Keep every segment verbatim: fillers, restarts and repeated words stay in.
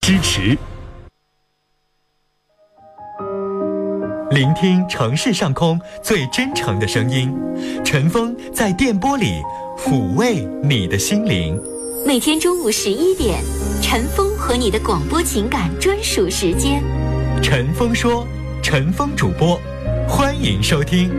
支持。聆听城市上空最真诚的声音，陈峰在电波里抚慰你的心灵。 每天中午十一点，陈峰和你的广播情感专属时间。 陈峰说，陈峰主播，欢迎收听。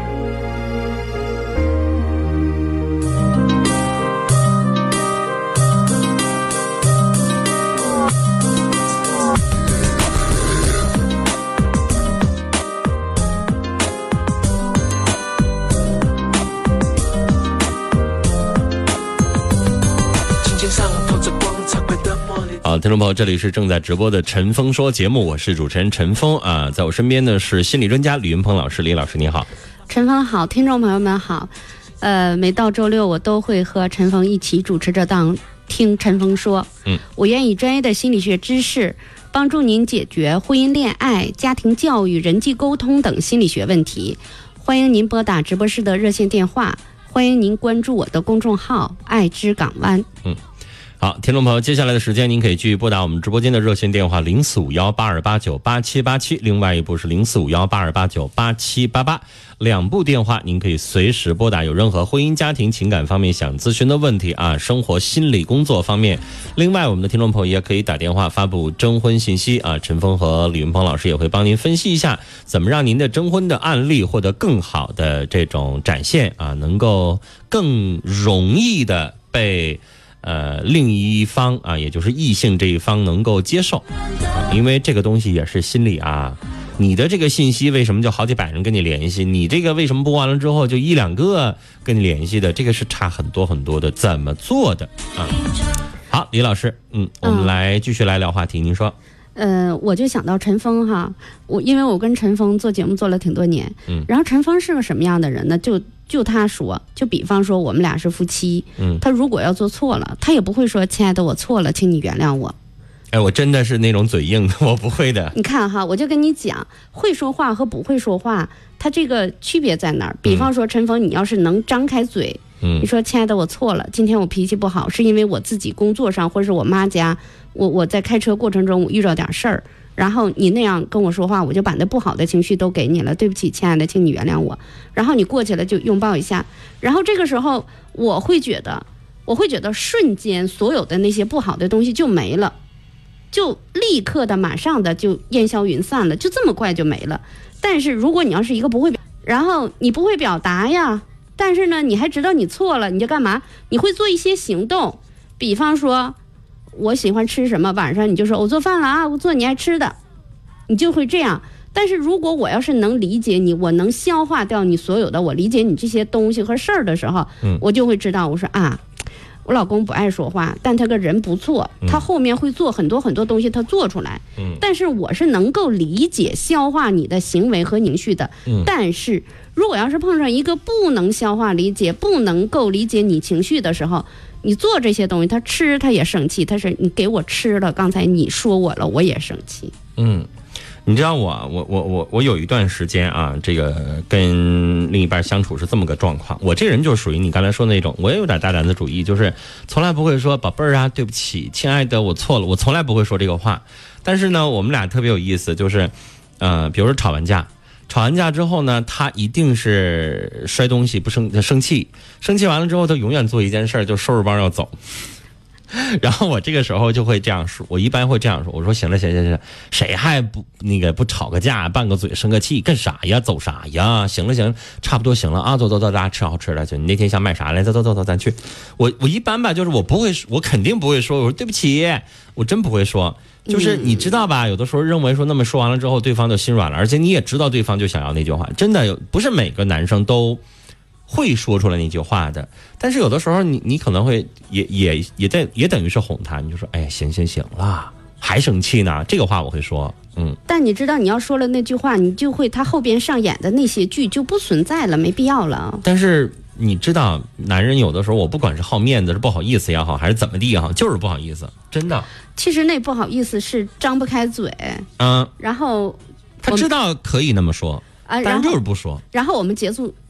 好，听众朋友，这里是正在直播的陈峰说节目，我是主持人陈峰啊，在我身边呢是心理专家李云鹏老师，李老师你好。 陈峰好，听众朋友们好。呃，每到周六我都会和陈峰一起主持这档听陈峰说。嗯，我愿以专业的心理学知识帮助您解决婚姻、恋爱、家庭教育、人际沟通等心理学问题。欢迎您拨打直播室的热线电话，欢迎您关注我的公众号爱之港湾。 嗯。好，听众朋友，接下来的时间您可以继续拨打我们直播间的热线电话零四五幺八二八九八七八七，另外一部是零四五幺八二八九八七八八，两部电话您可以随时拨打，有任何婚姻家庭情感方面想咨询的问题啊，生活心理工作方面。另外我们的听众朋友也可以打电话发布征婚信息啊，陈峰和李云鹏老师也会帮您分析一下怎么让您的征婚的案例获得更好的这种展现啊，能够更容易的被呃，另一方啊，也就是异性这一方能够接受，啊，因为这个东西也是心理啊。你的这个信息为什么就好几百人跟你联系？你这个为什么播完了之后就一两个跟你联系的？这个是差很多很多的，怎么做的啊？好，李老师，嗯，我们来继续来聊话题，您说。 呃，我就想到陈峰哈，我因为我跟陈峰做节目做了挺多年，嗯，然后陈峰是个什么样的人呢？就就他说，就比方说我们俩是夫妻，嗯，他如果要做错了，他也不会说亲爱的我错了，请你原谅我。 哎，我真的是那种嘴硬的，我不会的。 你看哈，我就跟你讲，会说话和不会说话，他这个区别在哪儿？比方说陈峰，你要是能张开嘴，嗯，你说亲爱的我错了，今天我脾气不好，是因为我自己工作上或者是我妈家。我我在开车过程中我遇到点事儿，然后你那样跟我说话，我就把那不好的情绪都给你了，对不起亲爱的，请你原谅我。然后你过去了就拥抱一下，然后这个时候我会觉得我会觉得瞬间所有的那些不好的东西就没了，就立刻的马上的就烟消云散了，就这么快就没了。但是如果你要是一个不会表，然后你不会表达呀，但是呢你还知道你错了，你就干嘛？你会做一些行动，比方说我喜欢吃什么，晚上你就说我做饭了啊，我做你爱吃的，你就会这样。但是如果我要是能理解你，我能消化掉你所有的，我理解你这些东西和事儿的时候，嗯，我就会知道，我说啊，我老公不爱说话，但他个人不错，他后面会做很多很多东西，他做出来，嗯，但是我是能够理解消化你的行为和情绪的，嗯，但是如果要是碰上一个不能消化理解，不能够理解你情绪的时候，你做这些东西，他吃他也生气，他是你给我吃了，刚才你说我了，我也生气。 嗯，你知道我我我我我有一段时间啊，这个跟另一半相处是这么个状况。我这人就属于你刚才说的那种，我也有点大胆的主义，就是从来不会说宝贝儿啊，对不起，亲爱的，我错了，我从来不会说这个话。但是呢，我们俩特别有意思，就是呃，比如说吵完架。吵完架之后呢，他一定是摔东西不生生气，生气完了之后，他永远做一件事，就收拾包要走。然后我这个时候就会这样说，我一般会这样说，我说行了行行行，谁还不那个不吵个架，拌个嘴生个气，干啥呀？走啥呀？行了行了，差不多行了啊，走走走，大家吃好吃的去。你那天想买啥来？走走走走，咱去。我我一般吧，就是我不会，我肯定不会说，我说对不起，我真不会说。就是你知道吧，有的时候认为说那么说完了之后对方就心软了，而且你也知道对方就想要那句话，真的有不是每个男生都会说出来那句话的，但是有的时候你你可能会也也也在也等于是哄他，你就说哎行行行了，还生气呢，这个话我会说。嗯， 但你知道你要说了那句话，你就会他后边上演的那些剧就不存在了，没必要了。 但是你知道男人有的时候，我不管是好面子是不好意思也好，还是怎么地也好，就是不好意思，真的。 其实那不好意思是张不开嘴，嗯，然后他知道可以那么说啊，但是就是不说。 然后我们结束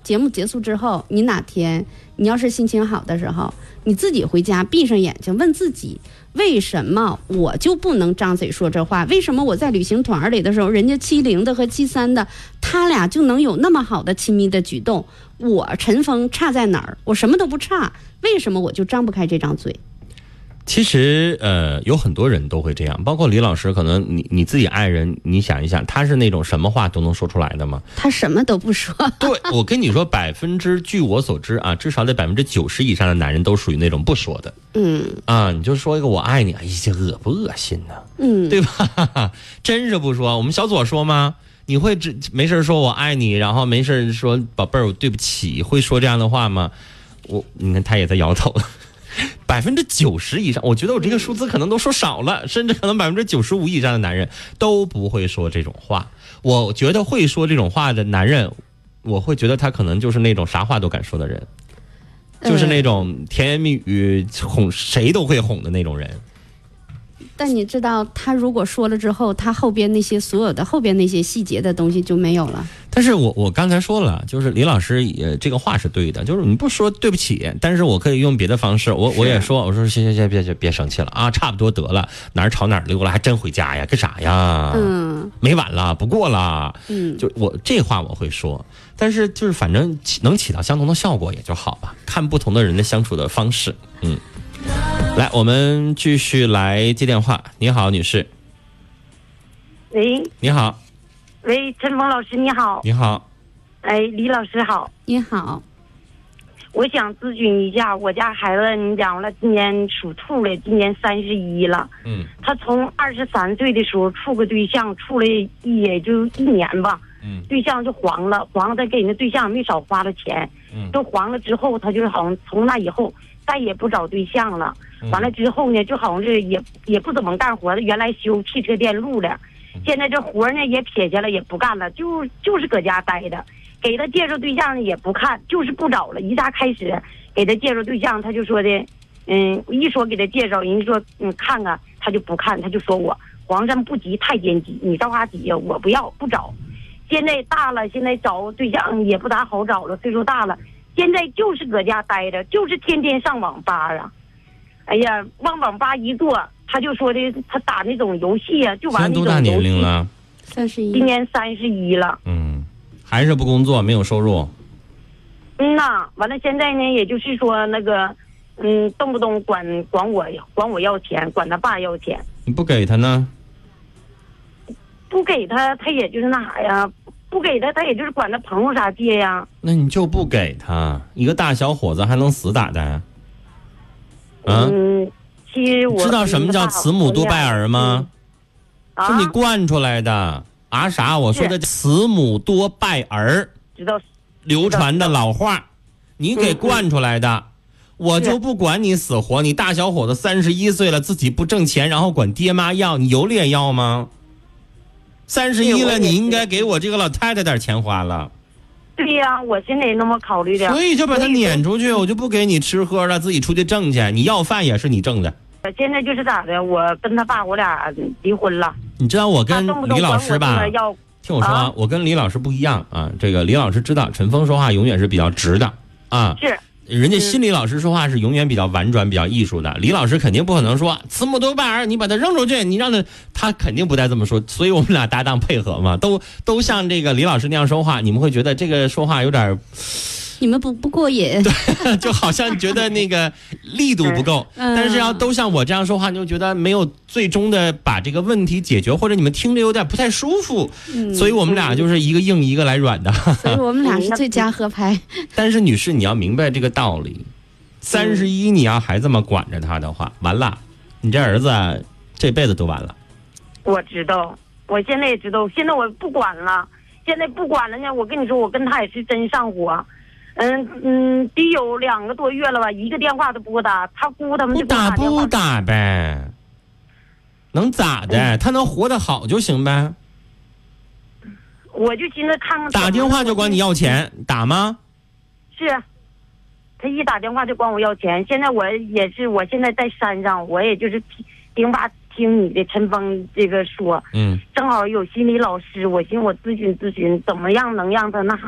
节目结束之后，你哪天你要是心情好的时候，你自己回家闭上眼睛问自己，为什么我就不能张嘴说这话？为什么我在旅行团里的时候，人家七零的和七三的，他俩就能有那么好的亲密的举动？我陈峰差在哪儿？我什么都不差，为什么我就张不开这张嘴？ 其实，呃，有很多人都会这样，包括李老师。可能你你自己爱人，你想一想，他是那种什么话都能说出来的吗？ 他什么都不说。 对，我跟你说，百分之据我所知啊，至少得百分之九十以上的男人都属于那种不说的。 嗯啊，你就说一个我爱你，哎呀，这恶不恶心呢？ 嗯， 对吧？真是不说。我们小左说吗？你会只没事说我爱你，然后没事说宝贝儿，我对不起，会说这样的话吗？我你看他也在摇头。百分之九十以上，我觉得我这个数字可能都说少了，甚至可能百分之九十五以上的男人都不会说这种话。我觉得会说这种话的男人，我会觉得他可能就是那种啥话都敢说的人，就是那种甜言蜜语哄谁都会哄的那种人。 但你知道，他如果说了之后，他后边那些所有的后边那些细节的东西就没有了。 但是我我刚才说了，就是李老师也这个话是对的，就是你不说对不起，但是我可以用别的方式，我我也说，我说行行行，别别别生气了啊，差不多得了，哪儿吵哪儿溜了，还真回家呀，干啥呀？ 嗯， 没完了，不过了， 嗯， 就我这话我会说，但是就是反正能起到相同的效果也就好吧，看不同的人的相处的方式，嗯。来，我们继续来接电话。你好，女士。 喂。 你好。 喂，陈峰老师你好。 你好。 哎，李老师好。 你好。 我想咨询一下，我家孩子你讲了，今年属兔的，今年三十一了。 嗯。 他从二十三岁的时候处个对象，处了也就一年吧。 嗯。 对象就黄了，黄了，他给人家对象没少花了钱。 嗯。 都黄了之后，他就是好像从那以后再也不找对象了。完了之后呢，就好像是也也不怎么干活的，原来修汽车电路的，现在这活呢也撇下了，也不干了，就就是搁家待着。给他介绍对象呢也不看，就是不找了。一下开始给他介绍对象，他就说的，嗯，一说给他介绍，人家说嗯看看，他就不看，他就说我皇上不急太监急，你着啥急呀？我不要不找。现在大了，现在找对象也不咋好找了，岁数大了，现在就是搁家待着，就是天天上网吧啊。哎呀，往网吧一坐，他就说的，他打那种游戏啊，就玩那种游戏。 多大年龄了？ 三十一。 今年三十一了。 嗯，还是不工作，没有收入。 嗯呐，完了现在呢，也就是说那个，嗯，动不动管管我管我要钱，管他爸要钱。 你不给他呢？ 不给他，他也就是那啥呀，不给他，他也就是管他朋友啥借呀。 那你就不给他，一个大小伙子还能死咋的？啊、 嗯，其实我知道什么叫慈母多败儿吗？ 嗯、 是你惯出来的啊？啥？我说的慈母多败儿， 知道流传的老话，你给惯出来的。嗯嗯、我就不管你死活，你大小伙子三十一岁了，自己不挣钱，然后管爹妈要，你有脸要吗？三十一了，你应该给我这个老太太点钱花了。 对呀、啊，我现在也那么考虑的。 所以就把他撵出去，我就不给你吃喝了，自己出去挣去。你要饭也是你挣的。 现在就是咋的，我跟他爸我俩离婚了。 你知道我跟李老师吧？听我说啊， 啊我跟李老师不一样啊。这个李老师知道，陈峰说话永远是比较直的啊。 是。 人家心理老师说话是永远比较婉转、比较艺术的。李老师肯定不可能说慈母多败儿，你把他扔出去，你让他，他肯定不带这么说。所以我们俩搭档配合嘛，都都像这个李老师那样说话，你们会觉得这个说话有点， 你们不不过瘾， 对，就好像觉得那个力度不够。 嗯、 但是要都像我这样说话，你就觉得没有最终的把这个问题解决，或者你们听着有点不太舒服。嗯、所以我们俩就是一个硬一个来软的。 所以我们俩是最佳合拍。 但是女士，你要明白这个道理。三十一，你要还这么管着他的话，完了，你这儿子这辈子都完了。 我知道，我现在也知道，现在我不管了，现在不管了呢。我跟你说，我跟他也是真上火。嗯嗯，得有两个多月了吧，一个电话都不给我打，他姑他们就不打不打呗，能咋的？嗯、他能活得好就行呗。 我就寻思看看， 打电话就管你要钱，打吗？ 是。他一打电话就管我要钱，现在我也是，我现在在山上，我也就是顶把听你的陈峰这个说， 嗯， 正好有心理老师，我寻思我咨询咨询，怎么样能让他那啥，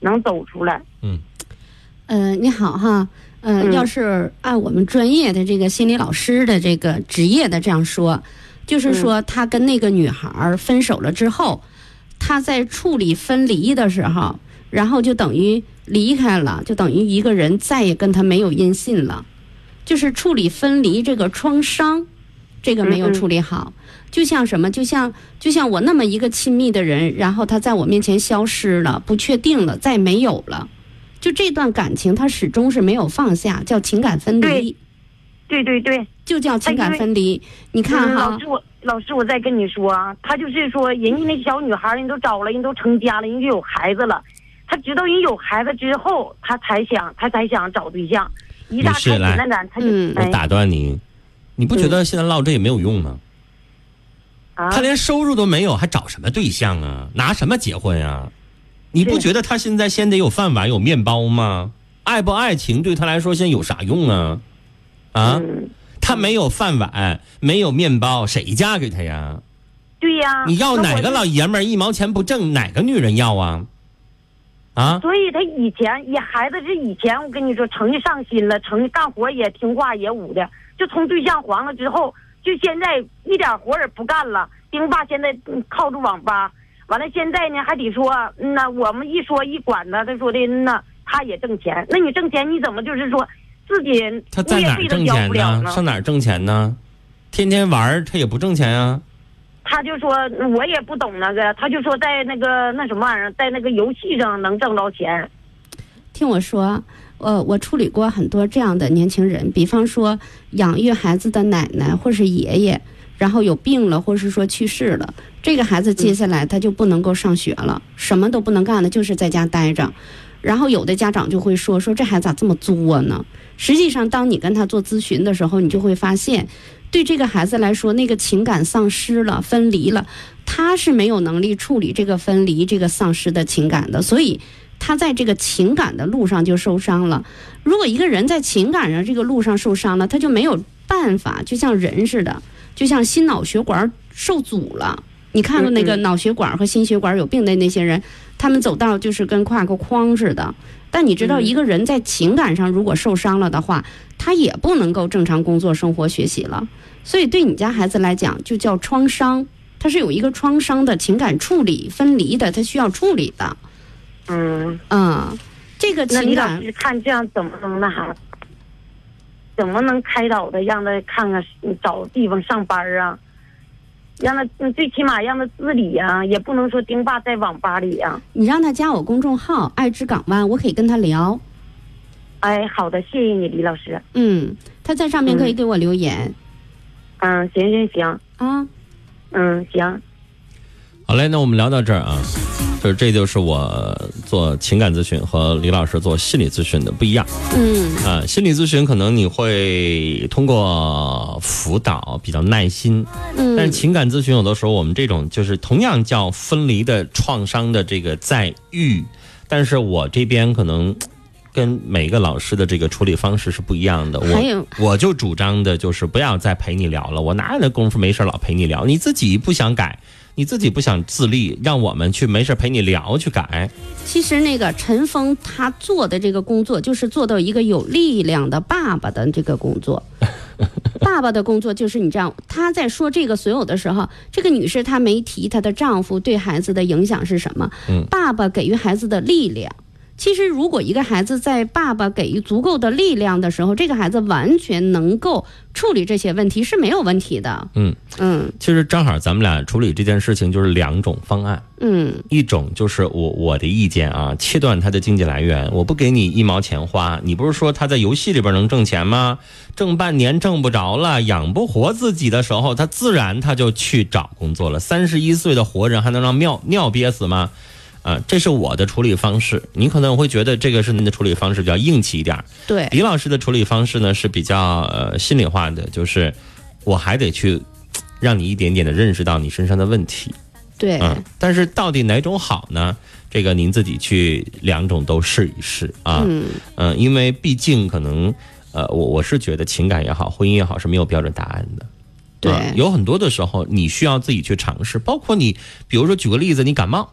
能走出来。 嗯， 呃，你好哈，呃， 嗯、 要是按我们专业的这个心理老师的这个职业的这样说，就是说他跟那个女孩分手了之后，他在处理分离的时候，然后就等于离开了，就等于一个人再也跟他没有音信了，就是处理分离这个创伤，这个没有处理好。嗯嗯，就像什么，就像就像我那么一个亲密的人，然后他在我面前消失了，不确定了，再没有了，就这段感情他始终是没有放下，叫情感分离。 对对对对， 就叫情感分离。你看哈， 嗯、老师我老师我再跟你说啊，他就是说人家那小女孩人都找了，人都成家了，人就有孩子了，他知道人有孩子之后，他才想他才想找对象，一大开始那咱他就、 嗯我打断你，你不觉得现在唠这也没有用吗？ 啊、 他连收入都没有，还找什么对象啊？拿什么结婚啊？你不觉得他现在先得有饭碗有面包吗？爱不爱情对他来说现在有啥用啊？啊、嗯，他没有饭碗没有面包，谁嫁给他呀？ 对呀， 你要哪个老爷们儿一毛钱不挣，哪个女人要啊？啊， 所以他以前也孩子是以前我跟你说成绩上心了，成绩干活也听话也武的，就从对象黄了之后，就现在一点活也不干了。丁爸现在靠住网吧，完了现在呢还得说，嗯呐，我们一说一管他，他说的嗯呐，他也挣钱。那你挣钱你怎么就是说自己他在哪儿挣钱呢？上哪儿挣钱呢？天天玩他也不挣钱啊。 他就说我也不懂那个，他就说在那个那什么玩意儿，在那个游戏上能挣着钱。 听我说，呃，我处理过很多这样的年轻人，比方说养育孩子的奶奶或是爷爷，然后有病了，或是说去世了，这个孩子接下来他就不能够上学了，嗯、什么都不能干的，就是在家待着。然后有的家长就会说说这孩子咋这么作呢？实际上，当你跟他做咨询的时候，你就会发现，对这个孩子来说，那个情感丧失了、分离了，他是没有能力处理这个分离、这个丧失的情感的，所以他在这个情感的路上就受伤了。如果一个人在情感上这个路上受伤了，他就没有办法，就像人似的，就像心脑血管受阻了。你看过那个脑血管和心血管有病的那些人，他们走道就是跟跨个框似的。但你知道，一个人在情感上如果受伤了的话，他也不能够正常工作、生活、学习了。所以对你家孩子来讲，就叫创伤，他是有一个创伤的情感处理、分离的，他需要处理的。 嗯嗯，这个情感， 那看这样怎么能那啥，怎么能开导的，让他看看找地方上班啊？让他最起码让他自理啊，也不能说丁爸在网吧里啊。 你让他加我公众号“爱之港湾”，我可以跟他聊。 哎，好的，谢谢你，李老师。 嗯，他在上面可以给我留言。 嗯，行行行啊， 嗯行。 好嘞，那我们聊到这儿啊，就是这就是我做情感咨询和李老师做心理咨询的不一样。 嗯啊，心理咨询可能你会通过辅导比较耐心， 嗯， 但是情感咨询有的时候我们这种就是同样叫分离的创伤的这个再愈，但是我这边可能跟每个老师的这个处理方式是不一样的。 还有我我就主张的就是不要再陪你聊了，我哪有那功夫没事老陪你聊？你自己不想改，你自己不想自立，让我们去没事陪你聊去改。 其实那个陈峰他做的这个工作，就是做到一个有力量的爸爸的这个工作。爸爸的工作就是你这样，他在说这个所有的时候，这个女士她没提她的丈夫对孩子的影响是什么。 嗯， 爸爸给予孩子的力量。其实如果一个孩子在爸爸给予足够的力量的时候，这个孩子完全能够处理这些问题是没有问题的。 嗯嗯， 其实正好咱们俩处理这件事情就是两种方案。 嗯， 一种就是我我的意见啊，切断他的经济来源，我不给你一毛钱花。你不是说他在游戏里边能挣钱吗？挣半年挣不着了，养不活自己的时候，他自然他就去找工作了。三十一岁的活人还能让尿尿憋死吗？啊，这是我的处理方式。你可能会觉得这个是您的处理方式比较硬气一点。 对， 李老师的处理方式呢是比较呃心理化的，就是我还得去让你一点点的认识到你身上的问题。 对， 嗯，但是到底哪种好呢？这个您自己去两种都试一试啊。 嗯， 呃、因为毕竟可能呃，我我是觉得情感也好，婚姻也好是没有标准答案的。 对， 呃、有很多的时候你需要自己去尝试，包括你，比如说举个例子，你感冒。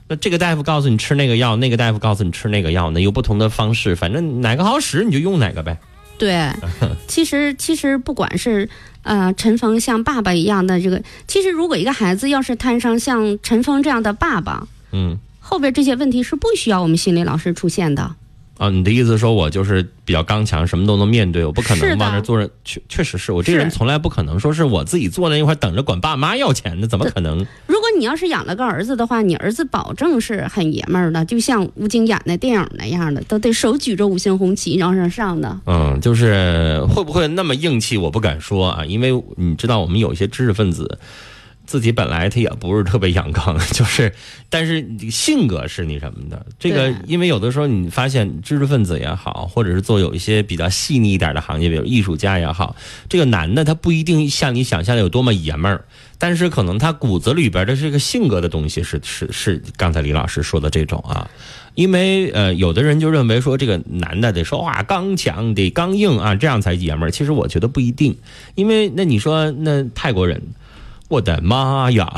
那这个大夫告诉你吃那个药，那个大夫告诉你吃那个药呢，有不同的方式，反正哪个好使你就用哪个呗。 对，其实其实不管是呃陈峰像爸爸一样的这个，其实如果一个孩子要是摊上像陈峰这样的爸爸， 嗯， 后边这些问题是不需要我们心理老师出现的。 啊，你的意思说我就是比较刚强，什么都能面对，我不可能往那坐着。确确实是我这个人从来不可能说是我自己坐那一块等着管爸妈要钱的，怎么可能？ 如果你要是养了个儿子的话，你儿子保证是很爷们儿的，就像吴京演的电影那样的，都得手举着五星红旗然后上上的。 嗯，就是会不会那么硬气，我不敢说啊，因为你知道我们有一些知识分子。自己本来他也不是特别阳刚，就是，但是性格是你什么的。这个，因为有的时候你发现知识分子也好，或者是做有一些比较细腻一点的行业，比如艺术家也好，这个男的他不一定像你想象的有多么爷们儿，但是可能他骨子里边的这个性格的东西是是是刚才李老师说的这种啊。因为呃，有的人就认为说这个男的得说话刚强，得刚硬啊，这样才爷们儿。其实我觉得不一定，因为那你说那泰国人。我的妈呀！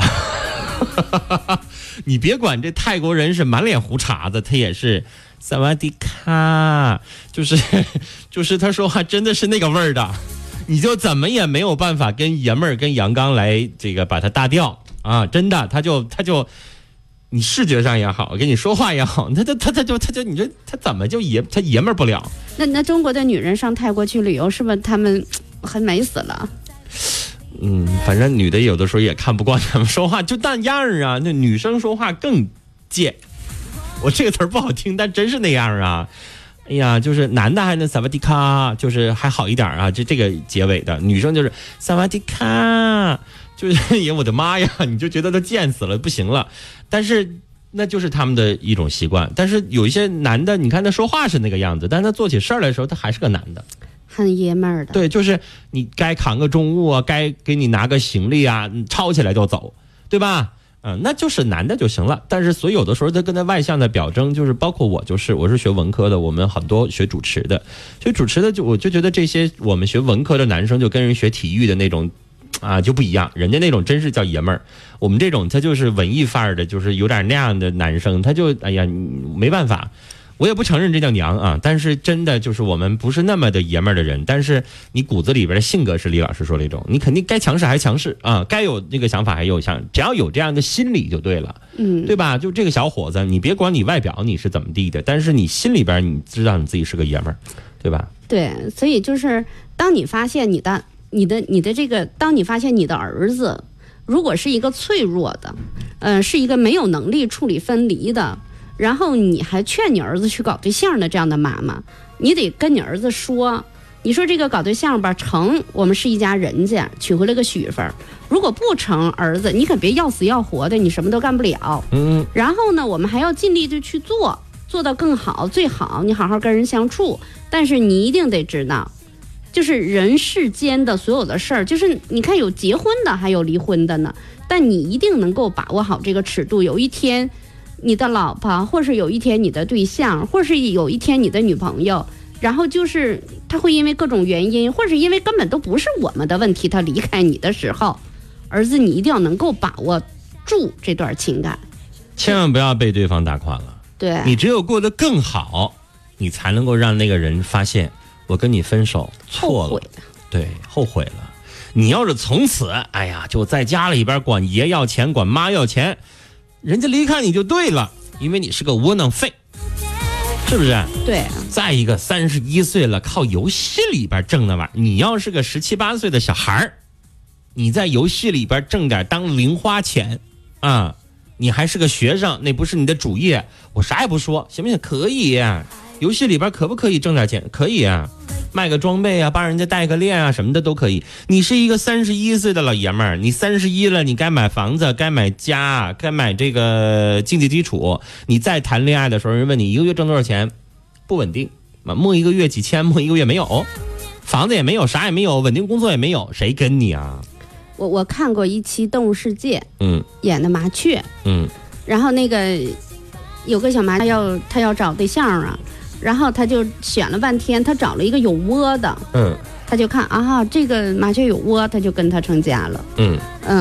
你别管这泰国人是满脸胡茬子，他也是萨瓦迪卡，就是就是他说话真的是那个味儿的，你就怎么也没有办法跟爷们儿跟阳刚来这个把他搭掉啊！真的，他就他就你视觉上也好，跟你说话也好，他他他他就他就你说他怎么就爷他爷们儿不了？ 那那中国的女人上泰国去旅游，是不是他们很美死了？ 嗯，反正女的有的时候也看不惯他们说话就那样啊，那女生说话更贱。我这个词儿不好听，但真是那样啊。哎呀，就是男的还能萨瓦迪卡，就是还好一点啊，这这个结尾的，女生就是萨瓦迪卡，就是也我的妈呀，你就觉得他贱死了，不行了。但是那就是他们的一种习惯。但是有一些男的，你看他说话是那个样子，但他做起事儿来的时候，他还是个男的。 很爷们儿的。 对，就是你该扛个重物啊，该给你拿个行李啊，抄起来就走，对吧？嗯，那就是男的就行了。但是所以有的时候他跟他外向的表征，就是包括我，就是我是学文科的，我们很多学主持的，学主持的就我就觉得这些我们学文科的男生就跟人学体育的那种啊就不一样，人家那种真是叫爷们儿，我们这种他就是文艺范儿的，就是有点那样的男生，他就哎呀没办法。我也不承认这叫娘啊，但是真的就是我们不是那么的爷们儿的人，但是你骨子里边的性格是李老师说的那种，你肯定该强势还强势啊，该有那个想法还有想，只要有这样的心理就对了，嗯，对吧？就这个小伙子，你别管你外表你是怎么地的，但是你心里边你知道你自己是个爷们儿，对吧？ 对，所以就是当你发现你的、你的、你的这个，当你发现你的儿子如果是一个脆弱的，呃，是一个没有能力处理分离的。然后你还劝你儿子去搞对象的这样的妈妈，你得跟你儿子说，你说这个搞对象吧，成，我们是一家人家，娶回来个媳妇儿；如果不成，儿子你可别要死要活的，你什么都干不了。嗯。然后呢，我们还要尽力的去做，做到更好，最好你好好跟人相处。但是你一定得知道，就是人世间的所有的事儿，就是你看有结婚的，还有离婚的呢，但你一定能够把握好这个尺度。有一天。你的老婆，或是有一天你的对象，或是有一天你的女朋友，然后就是他会因为各种原因，或是因为根本都不是我们的问题，他离开你的时候，儿子你一定要能够把握住这段情感， 千万不要被对方打垮了。 对， 你只有过得更好，你才能够让那个人发现我跟你分手错了， 后悔对，后悔了。你要是从此哎呀就在家里边管爷要钱管妈要钱，人家离开你就对了，因为你是个窝囊废，是不是？ 对。 再一个，三十一岁了，靠游戏里边挣那玩意儿。你要是个十七八岁的小孩儿，你在游戏里边挣点当零花钱啊，你还是个学生，那不是你的主业。我啥也不说，行不行？可以呀，游戏里边可不可以挣点钱？可以啊。卖个装备啊，帮人家带个链啊，什么的都可以。你是一个三十一岁的老爷们儿，你三十一了，你该买房子，该买家，该买这个经济基础。你再谈恋爱的时候，人问你一个月挣多少钱，不稳定，摸一个月几千，摸一个月没有，房子也没有，啥也没有，稳定工作也没有，谁跟你啊？ 我我看过一期《动物世界》， 嗯， 演的麻雀， 嗯， 然后那个有个小麻雀要他要找对象啊。然后他就选了半天，他找了一个有窝的，嗯，他就看啊，这个麻雀有窝，他就跟他成家了， 嗯嗯，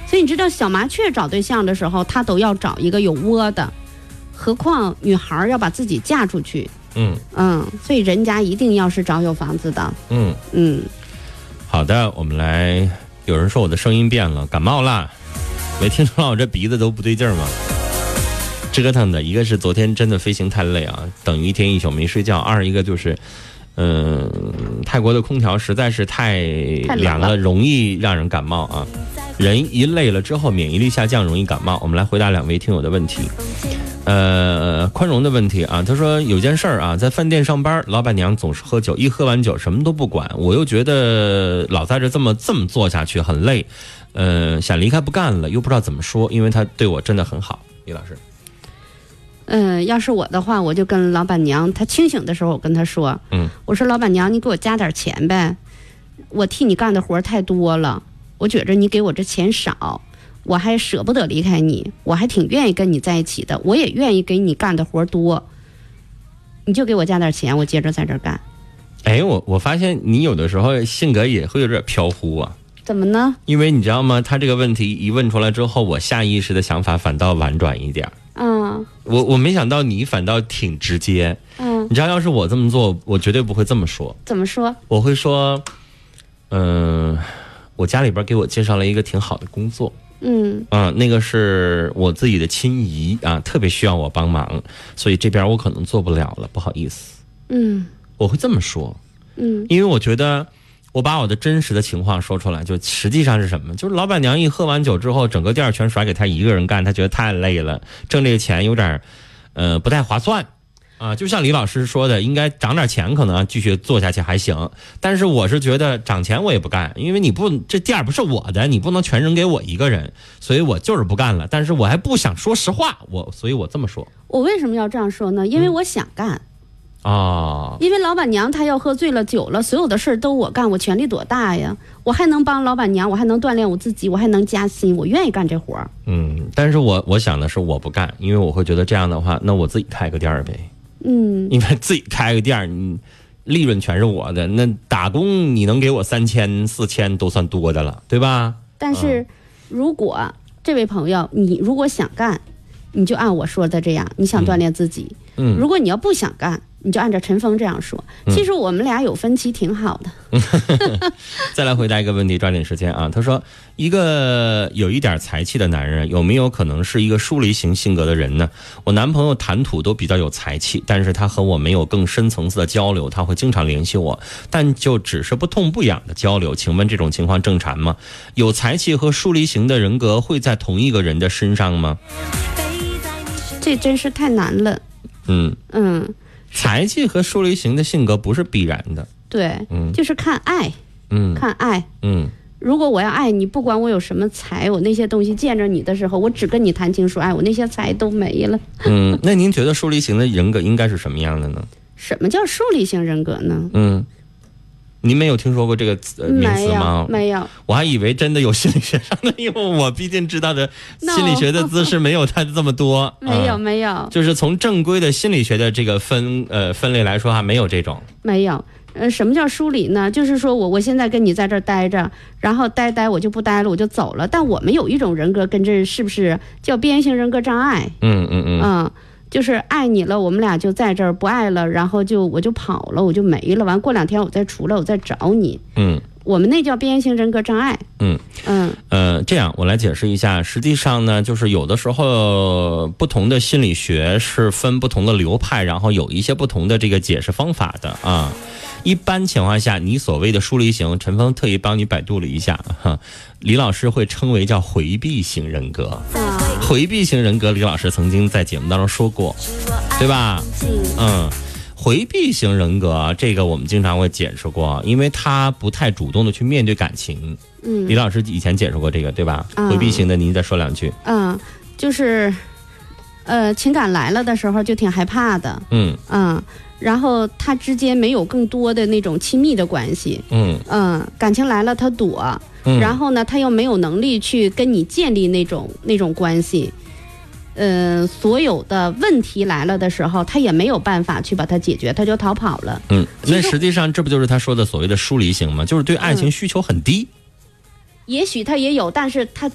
所以你知道小麻雀找对象的时候，她都要找一个有窝的，何况女孩要把自己嫁出去。 嗯嗯，所以人家一定要是找有房子的。 嗯嗯， 好的，我们来。有人说我的声音变了，感冒啦，没听出来我这鼻子都不对劲儿吗？折腾的，一个是昨天真的飞行太累啊，等于一天一宿没睡觉；二一个就是，嗯、呃，泰国的空调实在是太凉了，容易让人感冒啊。人一累了之后，免疫力下降，容易感冒。我们来回答两位听友的问题。呃，宽容的问题啊，他说有件事儿啊，在饭店上班，老板娘总是喝酒，一喝完酒什么都不管，我又觉得老在这这么这么做下去很累，呃，想离开不干了，又不知道怎么说，因为他对我真的很好。李老师， 嗯、呃，要是我的话，我就跟老板娘，她清醒的时候，我跟她说， 嗯， 我说老板娘，你给我加点钱呗，我替你干的活太多了，我觉着你给我这钱少。我还舍不得离开你，我还挺愿意跟你在一起的，我也愿意给你干的活多，你就给我加点钱，我接着在这儿干。 哎，我我发现你有的时候性格也会有点飘忽啊。 怎么呢？ 因为你知道吗？他这个问题一问出来之后，我下意识的想法反倒婉转一点。 嗯， 我我没想到你反倒挺直接。 嗯， 你知道，要是我这么做，我绝对不会这么说。 怎么说？ 我会说，嗯、呃，我家里边给我介绍了一个挺好的工作。 嗯啊，那个是我自己的亲姨啊，特别需要我帮忙，所以这边我可能做不了了，不好意思。 嗯， 我会这么说。 嗯， 因为我觉得我把我的真实的情况说出来，就实际上是什么？就是老板娘一喝完酒之后，整个店全甩给她一个人干，她觉得太累了，挣这个钱有点呃不太划算。啊，就像李老师说的，应该涨点钱，可能继续做下去还行。但是我是觉得涨钱我也不干，因为你不这店不是我的，你不能全扔给我一个人，所以我就是不干了。但是我还不想说实话，我所以我这么说。 我为什么要这样说呢？因为我想干。 啊、嗯哦， 因为老板娘她要喝醉了酒了，所有的事儿都我干，我权力多大呀？我还能帮老板娘，我还能锻炼我自己，我还能加薪，我愿意干这活儿。 嗯，但是我我想的是我不干，因为我会觉得这样的话，那我自己开个店儿呗。 嗯， 因为自己开个店，你利润全是我的，那打工你能给我三千四千都算多的了，对吧？ 但是，如果、嗯、这位朋友你如果想干，你就按我说的这样，你想锻炼自己。 嗯， 如果你要不想干，你就按照陈峰这样说。其实我们俩有分歧挺好的。 嗯、再来回答一个问题，抓紧时间啊。他说，一个有一点才气的男人，有没有可能是一个疏离型性格的人呢？我男朋友谈吐都比较有才气，但是他和我没有更深层次的交流，他会经常联系我，但就只是不痛不痒的交流。请问这种情况正常吗？有才气和疏离型的人格会在同一个人的身上吗？ 这真是太难了。 嗯嗯， 才气和疏离型的性格不是必然的。 对，嗯，就是看爱， 嗯， 看爱， 嗯。 如果我要爱你，不管我有什么才，我那些东西见着你的时候，我只跟你谈情说爱，我那些才都没了。 嗯，那您觉得疏离型的人格应该是什么样的呢？ 什么叫疏离型人格呢？ 嗯。您没有听说过这个词、呃、名词吗？ 没有， 我还以为真的有心理学上的，因为我毕竟知道的心理学的知识没有他这么多。 No, 没有没有， 就是从正规的心理学的这个分呃分类来说，还没有这种。 没有，呃，什么叫疏离呢？就是说我我现在跟你在这儿待着，然后待待我就不待了，我就走了。但我们有一种人格跟这是不是叫边缘型人格障碍？ 嗯嗯嗯。 嗯。就是爱你了，我们俩就在这儿；不爱了，然后就我就跑了，我就没了。完过两天我再出来，我再找你。 嗯， 我们那叫边缘型人格障碍。 嗯嗯呃，这样我来解释一下。实际上呢，就是有的时候不同的心理学是分不同的流派，然后有一些不同的这个解释方法的啊。一般情况下，你所谓的疏离型，陈峰特意帮你百度了一下哈，李老师会称为叫回避型人格。回避型人格，李老师曾经在节目当中说过，对吧？嗯，回避型人格这个我们经常会解释过，因为他不太主动的去面对感情。嗯，李老师以前解释过这个，对吧？嗯、回避型的，您再说两句。 嗯，就是，呃，情感来了的时候就挺害怕的。 嗯嗯。然后他之间没有更多的那种亲密的关系， 嗯嗯，感情来了他躲， 嗯， 然后呢他又没有能力去跟你建立那种那种关系，呃，所有的问题来了的时候，他也没有办法去把它解决，他就逃跑了。 嗯，那实际上这不就是他说的所谓的疏离型吗？就是对爱情需求很低。 嗯、也许他也有，但是他都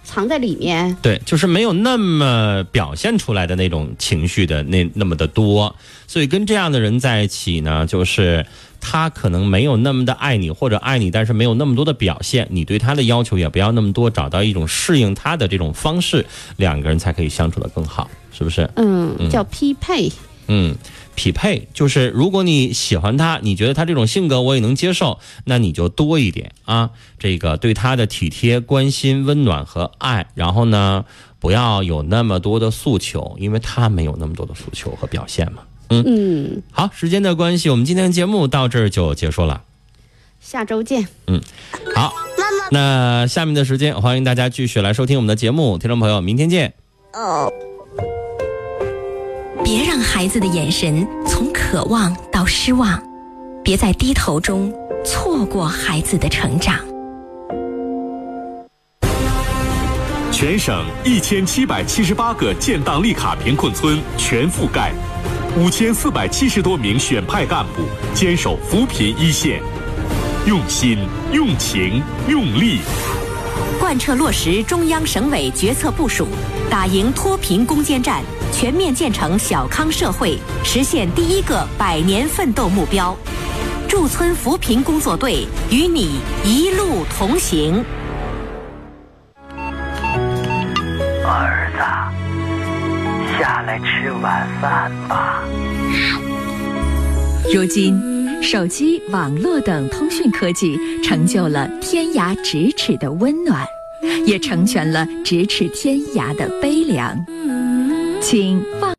藏在里面。 对，就是没有那么表现出来的那种情绪的那那么的多，所以跟这样的人在一起呢，就是他可能没有那么的爱你，或者爱你但是没有那么多的表现，你对他的要求也不要那么多，找到一种适应他的这种方式，两个人才可以相处得更好，是不是？ 嗯，叫匹配。 嗯，匹配就是如果你喜欢他，你觉得他这种性格我也能接受，那你就多一点啊，这个对他的体贴、关心、温暖和爱，然后呢，不要有那么多的诉求，因为他没有那么多的诉求和表现嘛。嗯嗯，好，时间的关系，我们今天的节目到这儿就结束了， 下周见。 嗯，好，那下面的时间，欢迎大家继续来收听我们的节目，听众朋友，明天见。哦。 别让孩子的眼神从渴望到失望，别在低头中错过孩子的成长。 全省一千七百七十八个建档立卡贫困村全覆盖，五千四百七十多名选派干部坚守扶贫一线，用心、用情、用力， 贯彻落实中央省委决策部署，打赢脱贫攻坚战，全面建成小康社会，实现第一个百年奋斗目标。驻村扶贫工作队与你一路同行。 儿子，下来吃晚饭吧。 如今，手机、网络等通讯科技成就了天涯咫尺的温暖，也成全了咫尺天涯的悲凉。请放